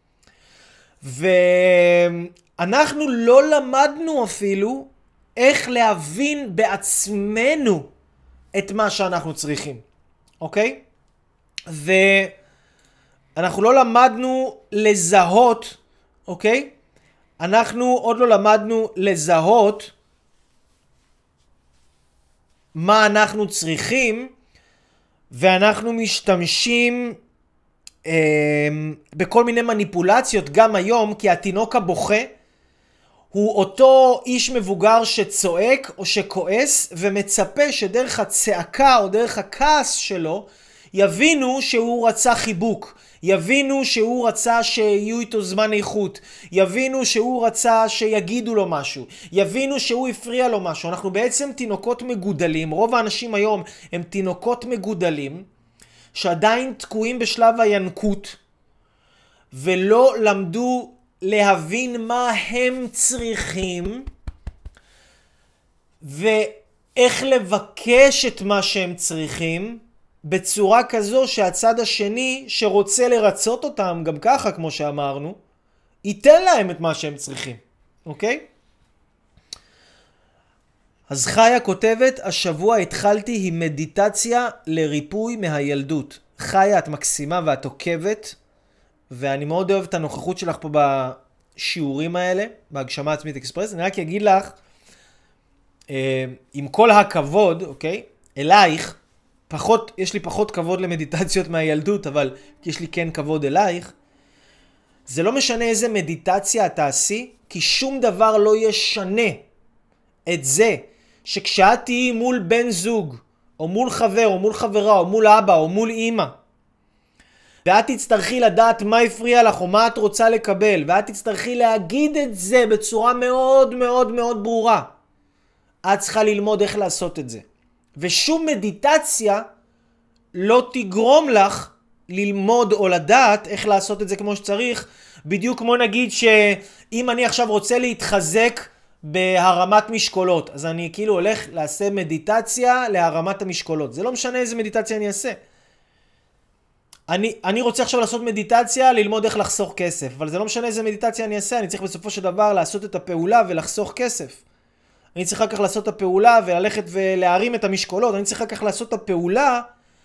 ואנחנו לא למדנו אפילו איך להבין בעצמנו את מה שאנחנו צריכים. אוקיי? ואנחנו לא למדנו לזהות, אוקיי? אנחנו עוד לא למדנו לזהות מה אנחנו צריכים, ואנחנו משתמשים אה, בכל מיני מניפולציות גם היום, כי התינוק הבוכה הוא אותו איש מבוגר שצועק או שכועס ומצפה שדרך הצעקה או דרך הכעס שלו יבינו שהוא רצה חיבוק, יבינו שהוא רצה שיהיו איתו זמן איכות, יבינו שהוא רצה שיגידו לו משהו, יבינו שהוא הפריע לו משהו. אנחנו בעצם תינוקות מגודלים, רוב האנשים היום הם תינוקות מגודלים שעדיין תקועים בשלב הינקות ולא למדו להבין מה הם צריכים ואיך לבקש את מה שהם צריכים בצורה כזו שהצד השני שרוצה לרצות אותם גם ככה כמו שאמרנו ייתן להם את מה שהם צריכים, אוקיי? אז חיה כותבת, השבוע התחלתי עם מדיטציה לריפוי מהילדות. חיה, את מקסימה ואת עוקבת ואני מאוד אוהב את הנוכחות שלך פה בשיעורים האלה, בהגשמה עצמית אקספרס. אני רק אגיד לך, אה, עם כל הכבוד, אוקיי, אלייך, פחות, יש לי פחות כבוד למדיטציות מהילדות, אבל יש לי כן כבוד אלייך. זה לא משנה איזה מדיטציה את תעשי, כי שום דבר לא ישנה את זה, שכשאת תהיי מול בן זוג, או מול חבר, או מול חברה, או מול אבא, או מול אמא, ואת תצטרכי לדעת מה הפריע לך או מה את רוצה לקבל, ואת תצטרכי להגיד את זה בצורה מאוד מאוד מאוד ברורה. את צריכה ללמוד איך לעשות את זה. ושום מדיטציה לא תגרום לך ללמוד או לדעת איך לעשות את זה כמו שצריך. בדיוק כמו נגיד שאם אני עכשיו רוצה להתחזק בהרמת משקולות, אז אני כאילו הולך לעשה מדיטציה להרמת המשקולות. זה לא משנה איזה מדיטציה אני אעשה. אני, אני רוצה עכשיו לעשות מדיטציה, ללמוד איך לחסוך כסף, אבל זה לא משנה איזה מדיטציה אני אעשה, אני צריך בסופו של דבר לעשות את הפעולה ולחסוך כסף. אני צריך אחר כך לעשות את הפעולה וללכת ולהרים את המשקולות, אני צריך אחר כך לעשות את הפעולה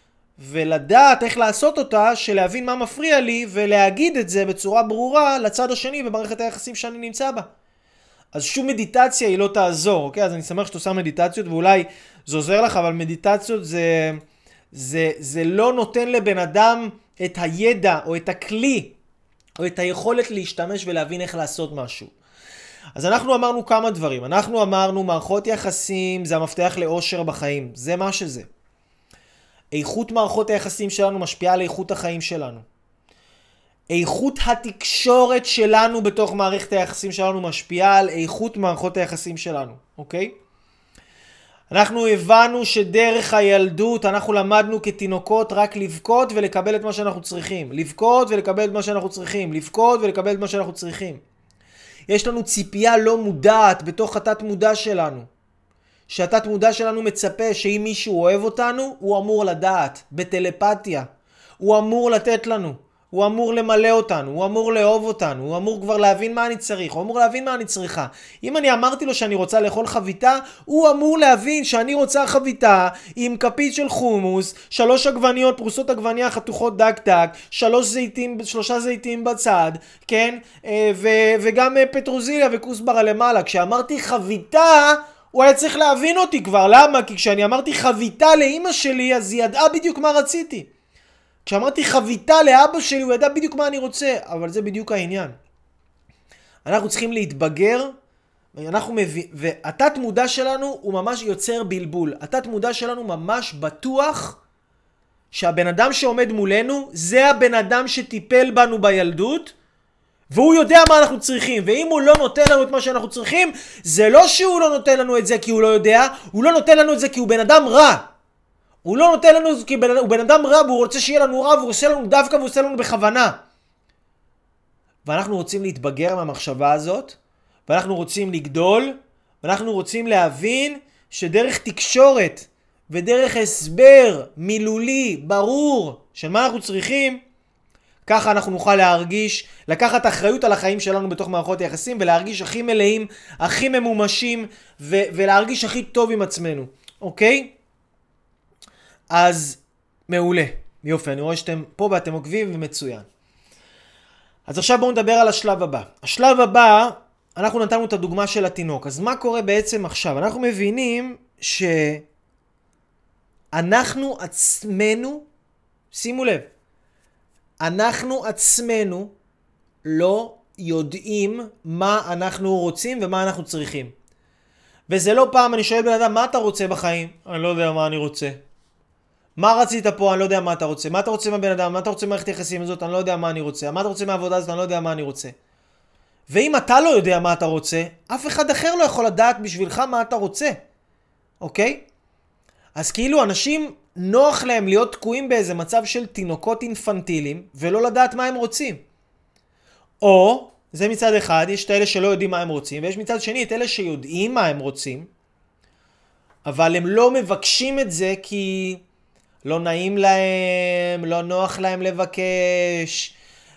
ולדעת איך לעשות אותה, שלהבין מה מפריע לי ולהגיד את זה בצורה ברורה לצד השני במערכת היחסים שאני נמצא בה. אז שום מדיטציה היא לא תעזור, אוקיי? אז אני שמח שאת עושה מדיטציות ואולי זה עוזר לך, אבל מדיטציות זה... זה, זה לא נותן לבן אדם את הידע או את הכלי או את היכולת להשתמש ולהבין איך לעשות משהו. אז אנחנו אמרנו כמה דברים. אנחנו אמרנו מערכות יחסים זה המפתח לאושר בחיים. זה מה שזה. איכות מערכות היחסים שלנו משפיעה על איכות החיים שלנו. איכות התקשורת שלנו בתוך מערכת היחסים שלנו משפיעה על איכות מערכות היחסים שלנו. אוקיי? אנחנו הבנו שדרך הילדות אנחנו למדנו כתינוקות רק לבכות ולקבל את מה שאנחנו צריכים. לבכות ולקבל את מה שאנחנו צריכים. לבכות ולקבל את מה שאנחנו צריכים. יש לנו ציפייה לא מודעת בתוך התת מודע שלנו. שהתת מודע שלנו מצפה שאם מישהו אוהב אותנו, הוא אמור לדעת, בטלפתיה. הוא אמור לתת לנו. הוא אמור למלא אותנו, הוא אמור לאהוב אותנו, הוא אמור כבר להבין מה אני צריך, הוא אמור להבין מה אני צריכה. אם אני אמרתי לו שאני רוצה לאכול חביתה, הוא אמור להבין שאני רוצה חביתה עם כפית של חומוס, שלוש עגבניות, פרוסות עגבניה חתוכות דק דק, שלוש זיתים, שלושה זיתים בצד, כן? ו- וגם פטרוזיליה וכוסברה למעלה. כשאמרתי חביתה, הוא היה צריך להבין אותי כבר. למה? כי כשאני אמרתי חביתה לאמא שלי, אז היא ידעה בדיוק מה רציתי. כשאמרתי חביתה לאבא שלי, הוא ידע בדיוק מה אני רוצה, אבל זה בדיוק העניין. אנחנו צריכים להתבגר, ואנחנו מביא, והתת מודע שלנו הוא ממש יוצר בלבול. התת מודע שלנו ממש בטוח שהבן אדם שעומד מולנו, זה הבן אדם שטיפל בנו בילדות, והוא יודע מה אנחנו צריכים. ואם הוא לא נותן לנו את מה שאנחנו צריכים, זה לא שהוא לא נותן לנו את זה כי הוא לא יודע, הוא לא נותן לנו את זה כי הוא בן אדם רע. הוא לא נותן לנו, כי בן, הוא בן אדם רע, והוא רוצה שיהיה לנו רע, והוא עושה לנו דווקא, והוא עושה לנו בכוונה. ואנחנו רוצים להתבגר מהמחשבה הזאת, ואנחנו רוצים לגדול, ואנחנו רוצים להבין שדרך תקשורת, ודרך הסבר מילולי, ברור, של מה אנחנו צריכים, ככה אנחנו נוכל להרגיש, לקחת אחריות על החיים שלנו בתוך מערכות היחסים, ולהרגיש הכי מלאים, הכי ממומשים, ו- ולהרגיש הכי טוב עם עצמנו. אוקיי? אז מעולה, יופי, אני רואה שאתם פה ואתם עוקבים ומצוין. אז עכשיו בואו נדבר על השלב הבא. השלב הבא, אנחנו נתנו את הדוגמה של התינוק. אז מה קורה בעצם עכשיו? אנחנו מבינים ש... אנחנו עצמנו, שימו לב, אנחנו עצמנו לא יודעים מה אנחנו רוצים ומה אנחנו צריכים. וזה לא פעם אני שואל בן אדם, מה אתה רוצה בחיים? אני לא יודע מה אני רוצה. מה רצית פה? אני לא יודע מה אתה רוצה. מה אתה רוצה מהבן אדם? מה אתה רוצה מערכת יחסים הזאת? אני לא יודע מה אני רוצה. מה אתה רוצה מהעבודה הזאת? אני לא יודע מה אני רוצה. ואם אתה לא יודע מה אתה רוצה, אף אחד אחר לא יכול לדעת בשבילך מה אתה רוצה. אוקיי? אז כאילו אנשים נוח להם להיות תקועים באיזה מצב של תינוקות אינפנטיליים, ולא לדעת מה הם רוצים. או, זה מצד אחד, יש את אלה שלא יודעים מה הם רוצים, ויש מצד שני את אלה שיודעים מה הם רוצים, אבל הם לא מבקשים את זה כי לא נעים להם, לא נוח להם לבקש,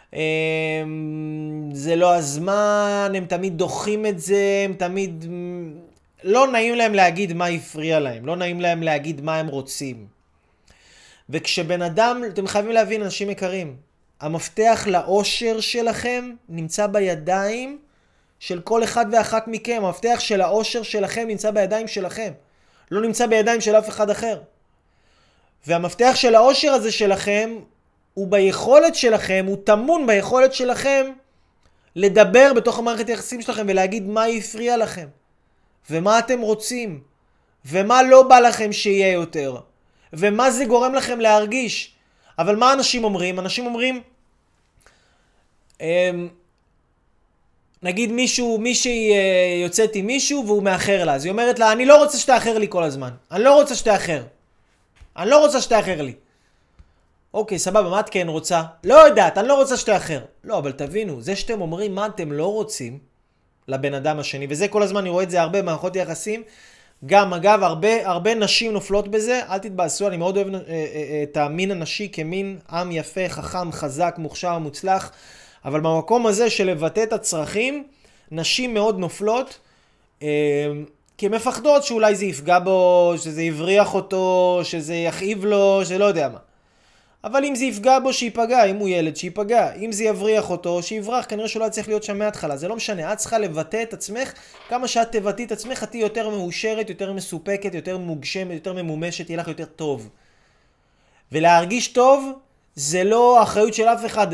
זה לא הזמן, הם תמיד דוחים את זה, הם תמיד... לא נעים להם להגיד מה יפריע להם, לא נעים להם להגיד מה הם רוצים. וכשבן אדם, אתם חייבים להבין, אנשים יקרים, המפתח לאושר שלכם נמצא בידיים של כל אחד ואחת מכם. המפתח של האושר שלכם נמצא בידיים שלכם. לא נמצא בידיים של אף אחד אחר. והמפתח של האושר הזה שלכם הוא ביכולת שלכם, הוא תמון ביכולת שלכם לדבר בתוך המערכת היחסים שלכם ולהגיד מה יפריע לכם. ומה אתם רוצים. ומה לא בא לכם שיהיה יותר. ומה זה גורם לכם להרגיש. אבל מה אנשים אומרים? אנשים אומרים, נגיד מישהו, מישהי יוצאת עם מישהו והוא מאחר לה. אז היא אומרת לה, אני לא רוצה שתאחר לי כל הזמן. אני לא רוצה שתאחר. אני לא רוצה שתאחר לי. אוקיי, סבבה, מה את כן רוצה? לא יודעת, אני לא רוצה שתאחר. לא, אבל תבינו, זה שאתם אומרים מה אתם לא רוצים לבן אדם השני, וזה כל הזמן, אני רואה את זה הרבה במערכות יחסים, גם אגב, הרבה, הרבה נשים נופלות בזה, אל תתבאסו, אני מאוד אוהב את המין הנשי כמין עם יפה, חכם, חזק, מוכשר, מוצלח, אבל במקום הזה של לבטא את הצרכים, נשים מאוד נופלות, כי הן מפחדות שאולי זה יפגע בו, שזה יבריח אותו, שזה יכאיב לו, שלא יודע מה. אבל אם זה יפגע בו, שיפגע, אם הוא ילד, שיפגע. אם זה יבריח אותו, שיברח, כנראה שלא צריך להיות שם מההתחלה. זה לא משנה, את צריכה לבטא את עצמך, כמה שאת תבטאי את עצמך, את תהיי יותר מאושרת, יותר מסופקת, יותר מוגשמת, יותר ממומשת, יהיה לך יותר טוב. ולהרגיש טוב, זה לא אחריות של אף אחד.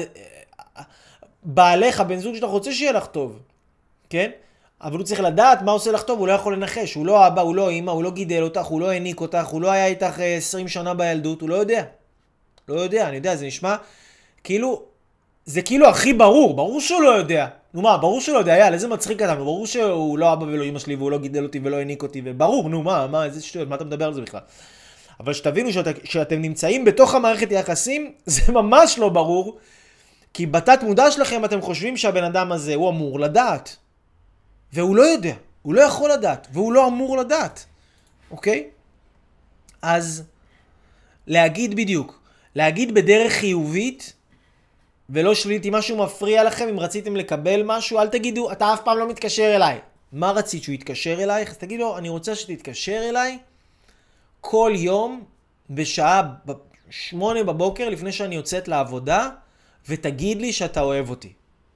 בעלך, הבן זוג שלך רוצה שיהיה לך טוב. כן? אבל הוא צריך לדעת מה עושה לך טוב, הוא לא יכול לנחש. הוא לא אבא, הוא לא אמא, הוא לא גידל אותך, הוא לא העניק אותך, הוא לא היה איתך עשרים שנה בילדות, הוא לא יודע. לא יודע, אני יודע, זה נשמע כאילו, זה כאילו הכי ברור, ברור שהוא לא יודע. נו מה, ברור שהוא לא יודע, יאללה, איזה מצחיק אדם, ברור שהוא לא אבא ולא אמא שלי, והוא לא גידל אותי ולא העניק אותי, וברור, נו מה, מה, איזה שטויות, מה אתה מדבר על זה בכלל? אבל שתבינו שאת, שאתם נמצאים בתוך המערכת יחסים, זה ממש לא ברור, כי בתת מודע שלכם אתם חושבים שהבן אדם הזה הוא אמור לדעת. והוא לא יודע, הוא לא יכול לדעת, והוא לא אמור לדעת. אוקיי? אז להגיד בדיוק, להגיד בדרך חיובית ולא שלילית. אם משהו מפריע לכם, אם רציתם לקבל משהו, אל תגידו, אתה אף פעם לא מתקשר אליי. מה רצית, שהוא יתקשר אלייך? אז תגידו, אני רוצה שתתקשר אליי כל יום בשעה שמונה בבוקר לפני שאני יוצאת לעבודה, ותגיד לי שאתה אוהב אותי.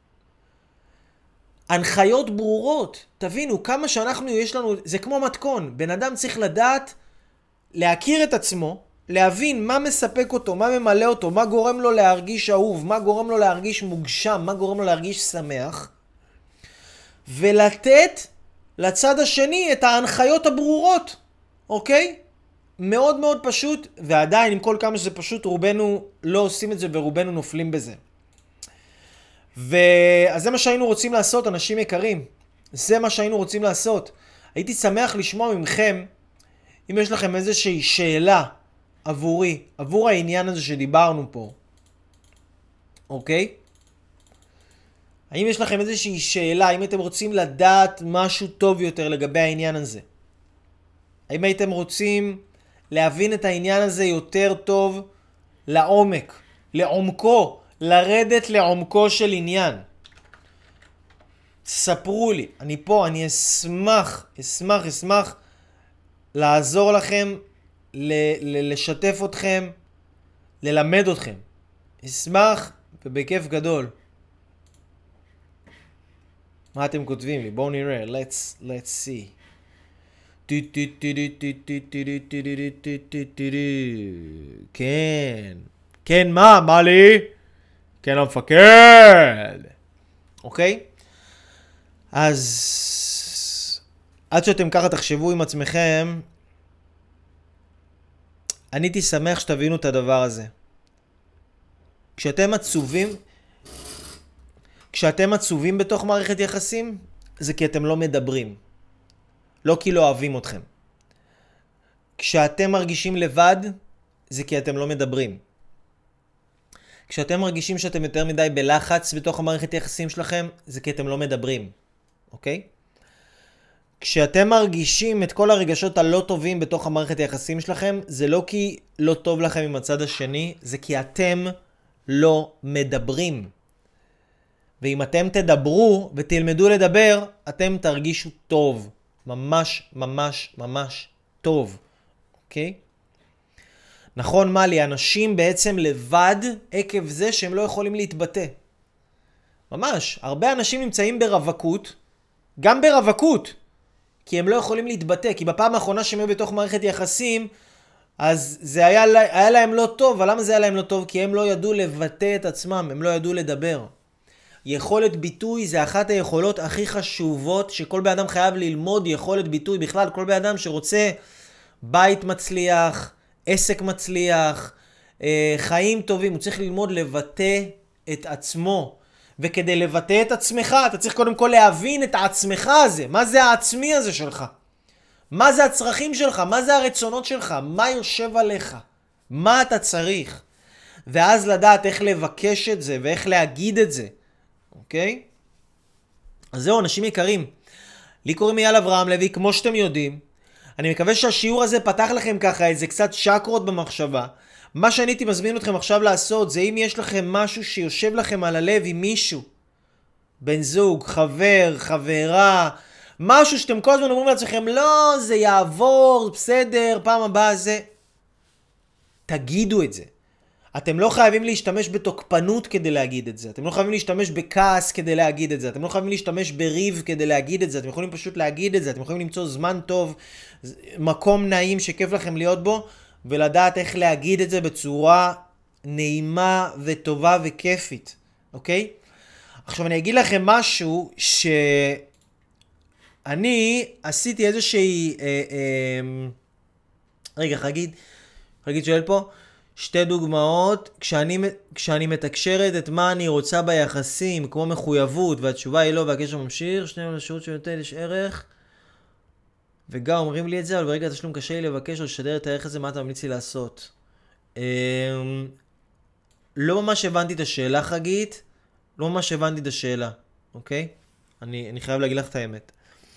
הנחיות ברורות. תבינו, כמה שאנחנו, יש לנו, זה כמו מתכון. בן אדם צריך לדעת, להכיר את עצמו, להבין מה מספק אותו, מה ממלא אותו, מה גורם לו להרגיש אהוב, מה גורם לו להרגיש מוגשם, מה גורם לו להרגיש שמח, ולתת לצד השני את ההנחיות הברורות, אוקיי? מאוד מאוד פשוט, ועדיין עם כל כמה שזה פשוט, רובנו לא עושים את זה ורובנו נופלים בזה. ואז זה מה שהיינו רוצים לעשות, אנשים יקרים. זה מה שהיינו רוצים לעשות. הייתי שמח לשמוע ממכם, אם יש לכם איזושהי שאלה עבורי, עבור העניין הזה שדיברנו פה. אוקיי? האם יש לכם איזושהי שאלה, האם אתם רוצים לדעת משהו טוב יותר לגבי העניין הזה? האם הייתם רוצים להבין את העניין הזה יותר טוב לעומק, לעומקו, לרדת לעומקו של עניין? ספרו לי, אני פה, אני אשמח, אשמח, אשמח לעזור לכם, ל- לשתף אתכם, ללמד אתכם. אשמח ובכיף גדול. מה אתם כותבים לי? בואו נראה. Let's, let's see. כן. כן, מה? מה לי? כן, המפקד. אוקיי? אז עד שאתם ככה תחשבו עם עצמכם, אני הייתי שמח שתבינו את הדבר הזה. כשאתם עצובים, כשאתם עצובים בתוך מערכת יחסים, זה כי אתם לא מדברים. לא כי לא אוהבים אתכם. כשאתם מרגישים לבד, זה כי אתם לא מדברים. כשאתם מרגישים שאתם יותר מדי בלחץ בתוך המערכת יחסים שלכם, זה כי אתם לא מדברים. אוקיי? כשאתם מרגישים את כל הרגשות הלא טובים בתוך המערכת היחסים שלכם, זה לא כי לא טוב לכם עם הצד השני, זה כי אתם לא מדברים. ואם אתם תדברו ותלמדו לדבר, אתם תרגישו טוב. ממש, ממש, ממש טוב. אוקיי? נכון, מלי, אנשים בעצם לבד עקב זה שהם לא יכולים להתבטא. ממש, הרבה אנשים נמצאים ברווקות, גם ברווקות, כי הם לא יכולים להתבטא, כי בפעם האחרונה שהם היו בתוך מערכת יחסים, אז זה היה, היה להם לא טוב. אבל למה זה היה להם לא טוב? כי הם לא ידעו לבטא את עצמם, הם לא ידעו לדבר. יכולת ביטוי זה אחת היכולות הכי חשובות שכל בן אדם חייב ללמוד. יכולת ביטוי בכלל, כל בן אדם שרוצה בית מצליח, עסק מצליח, חיים טובים, הוא צריך ללמוד לבטא את עצמו. וכדי לבטא את עצמך, אתה צריך קודם כל להבין את עצמך הזה. מה זה העצמי הזה שלך? מה זה הצרכים שלך? מה זה הרצונות שלך? מה יושב עליך? מה אתה צריך? ואז לדעת איך לבקש את זה ואיך להגיד את זה. אוקיי? אז זהו, אנשים יקרים. לי קוראים אייל אברהם לוי, כמו שאתם יודעים. אני מקווה שהשיעור הזה פתח לכם ככה איזה קצת שקרות במחשבה. מה שאני הייתי מזמין אתכם עכשיו לעשות, זה אם יש לכם משהו שיושב לכם על הלב עם מישהו, בן זוג, חבר, חברה, משהו שאתם כל הזמן אומרים לעצמכם, לא, זה יעבור, בסדר, פעם הבאה זה. תגידו את זה. אתם לא חייבים להשתמש בתוקפנות כדי להגיד את זה. אתם לא חייבים להשתמש בכעס כדי להגיד את זה. אתם לא חייבים להשתמש בריב כדי להגיד את זה. אתם יכולים פשוט להגיד את זה. אתם יכולים למצוא זמן טוב, מקום נעים שכיף לכם להיות בו, ולדעת איך להגיד את זה בצורה נעימה וטובה וכיפית. אוקיי? עכשיו אני אגיד לכם משהו שאני עשיתי איזושהי... אה, אה, רגע, חגיד, חגיד שואל פה, שתי דוגמאות, כשאני, כשאני מתקשרת את מה אני רוצה ביחסים, כמו מחויבות, והתשובה היא לא, והקשר ממשיך, שניהם לשירות שנותן יש ערך, וגם אומרים לי את זה, אבל ברגע התשלום קשה לי לבקש או לשדר את הערך הזה, מה אתה ממליץ לי לעשות? לא ממש הבנתי את השאלה, חגית, לא ממש הבנתי את השאלה, אוקיי? אני, אני חייב להגיד לך את האמת.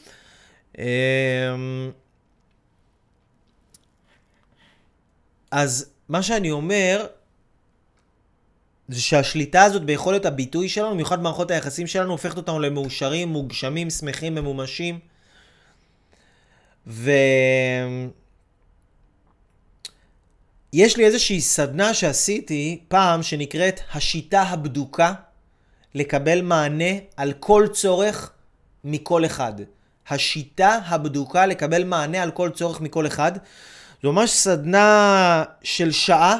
אז מה שאני אומר, זה שהשליטה הזאת ביכולת הביטוי שלנו, במיוחד מערכות היחסים שלנו, הופכת אותנו למאושרים, מוגשמים, שמחים, ממומשים. ויש לי איזושהי סדנה שעשיתי פעם, שנקראת השיטה הבדוקה, לקבל מענה על כל צורך מכל אחד. השיטה הבדוקה לקבל מענה על כל צורך מכל אחד. זו ממש סדנה של שעה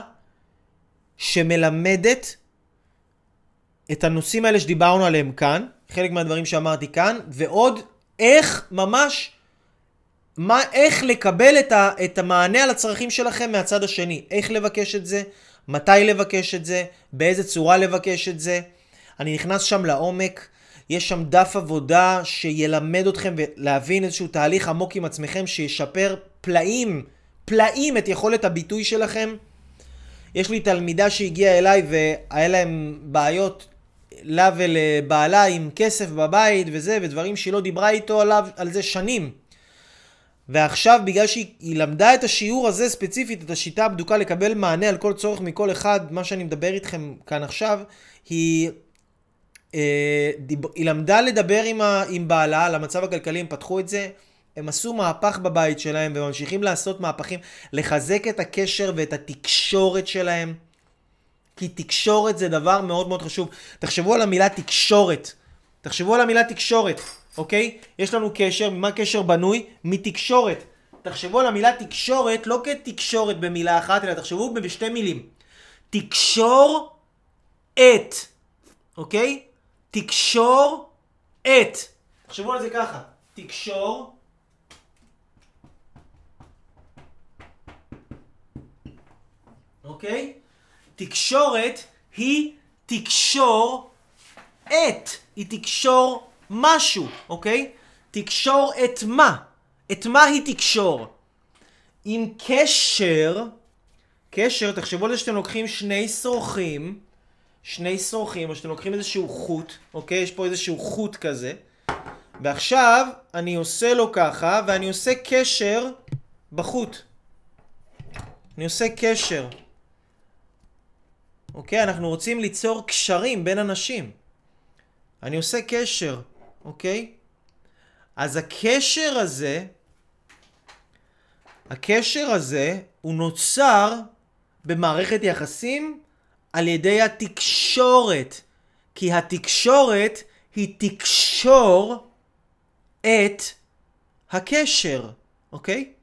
שמלמדת את הנושאים האלה שדיברנו עליהם כאן, חלק מהדברים שאמרתי כאן, ועוד איך ממש, מה, איך לקבל את, ה, את המענה על הצרכים שלכם מהצד השני. איך לבקש את זה, מתי לבקש את זה, באיזה צורה לבקש את זה. אני נכנס שם לעומק, יש שם דף עבודה שילמד אתכם להבין איזשהו תהליך עמוק עם עצמכם שישפר פלאים, פלאים את יכולת הביטוי שלכם. יש לי תלמידה שהגיעה אליי והיה להם בעיות לה ולבעלה עם כסף בבית וזה, ודברים שהיא לא דיברה איתו עליו, על זה שנים. ועכשיו בגלל שהיא למדה את השיעור הזה ספציפית, את השיטה הבדוקה לקבל מענה על כל צורך מכל אחד, מה שאני מדבר איתכם כאן עכשיו, היא, אה, דיב, היא למדה לדבר עם, ה, עם בעלה על המצב הכלכלי, הם פתחו את זה, הם עשו מהפך בבית שלהם וממשיכים לעשות מהפכים, לחזק את הקשר ואת התקשורת שלהם, כי תקשורת זה דבר מאוד מאוד חשוב. תחשבו על המילה תקשורת, תחשבו על המילה תקשורת, אוקיי? יש לנו קשר, ממה קשר בנוי? מתקשורת. תחשבו על המילה תקשורת לא כתקשורת במילה אחת, אלא תחשבו בשתי מילים. תקשור את, אוקיי? תקשור את. תחשבו על זה ככה. תקשור אוקיי? תקשורת היא תקשור את. היא תקשור משהו, אוקיי? תקשור את מה? את מה היא תקשור? עם קשר, קשר, תחשבו על זה שאתם לוקחים שני שרוכים, שני שרוכים, או שאתם לוקחים איזשהו חוט, אוקיי? יש פה איזשהו חוט כזה, ועכשיו אני עושה לו ככה, ואני עושה קשר בחוט. אני עושה קשר. אוקיי? אנחנו רוצים ליצור קשרים בין אנשים. אני עושה קשר, אוקיי? אז הקשר הזה, הקשר הזה הוא נוצר במערכת יחסים על ידי התקשורת. כי התקשורת היא תקשור את הקשר, אוקיי?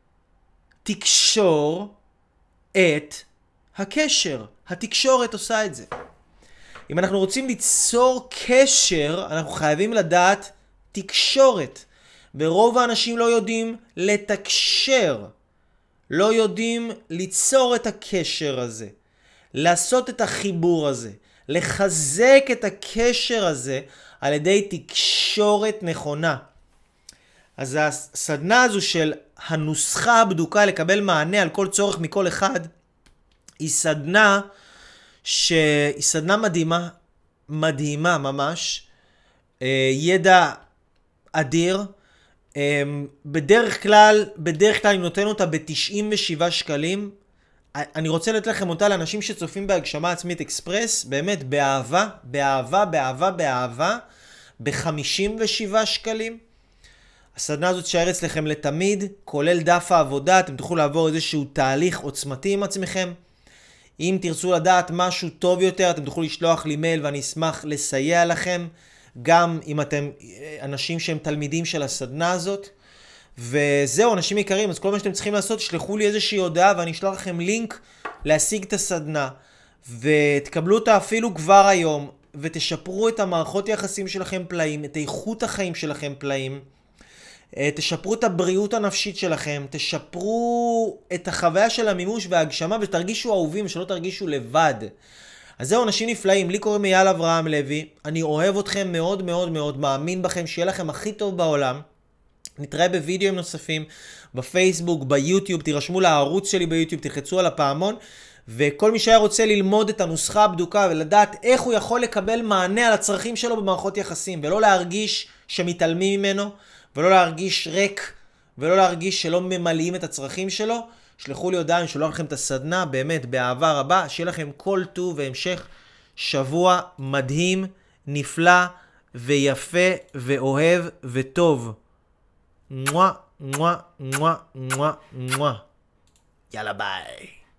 תקשור את הקשר. התקשורת עושה את זה. אם אנחנו רוצים ליצור קשר, אנחנו חייבים לדעת תקשורת. ורוב האנשים לא יודעים לתקשר. לא יודעים ליצור את הקשר הזה. לעשות את החיבור הזה. לחזק את הקשר הזה על ידי תקשורת נכונה. אז הסדנה הזו של הנוסחה הבדוקה לקבל מענה על כל צורך מכל אחד, היא סדנה שהיא סדנה מדהימה, מדהימה ממש, ידע אדיר. בדרך כלל, בדרך כלל אני נותן אותה ב-תשעים ושבעה שקלים. אני רוצה לתת לכם אותה לאנשים שצופים בהגשמה עצמית אקספרס, באמת באהבה, באהבה, באהבה, באהבה, ב-חמישים ושבעה שקלים. הסדנה הזאת תישאר אצלכם לתמיד, כולל דף העבודה, אתם תוכלו לעבור איזשהו תהליך עוצמתי עם עצמכם. אם תרצו לדעת משהו טוב יותר, אתם תוכלו לשלוח לי מייל ואני אשמח לסייע לכם, גם אם אתם אנשים שהם תלמידים של הסדנה הזאת. וזהו, אנשים יקרים, אז כל מה שאתם צריכים לעשות, תשלחו לי איזושהי הודעה ואני אשלח לכם לינק להשיג את הסדנה. ותקבלו אותה אפילו כבר היום, ותשפרו את המערכות יחסים שלכם פלאים, את איכות החיים שלכם פלאים. תשפרו את הבריאות הנפשית שלכם, תשפרו את החוויה של המימוש וההגשמה, ותרגישו אהובים, שלא תרגישו לבד. אז זהו, אנשים נפלאים, לי קוראים אייל אברהם לוי, אני אוהב אתכם מאוד מאוד מאוד, מאמין בכם, שיהיה לכם הכי טוב בעולם. נתראה בווידאוים נוספים, בפייסבוק, ביוטיוב, תירשמו לערוץ שלי ביוטיוב, תלחצו על הפעמון, וכל מי שהיה רוצה ללמוד את הנוסחה הבדוקה ולדעת איך הוא יכול לקבל מענה על הצרכים שלו במערכות יחסים, ולא להרגיש שמתעלמים ממנו, ולא להרגיש ריק, ולא להרגיש שלא ממלאים את הצרכים שלו, שלחו לי הודעה, אני שולח לכם את הסדנה, באמת, באהבה רבה, שיהיה לכם כל טוב והמשך שבוע מדהים, נפלא ויפה ואוהב וטוב. מואה, מואה, מואה, מואה, מואה. יאללה ביי.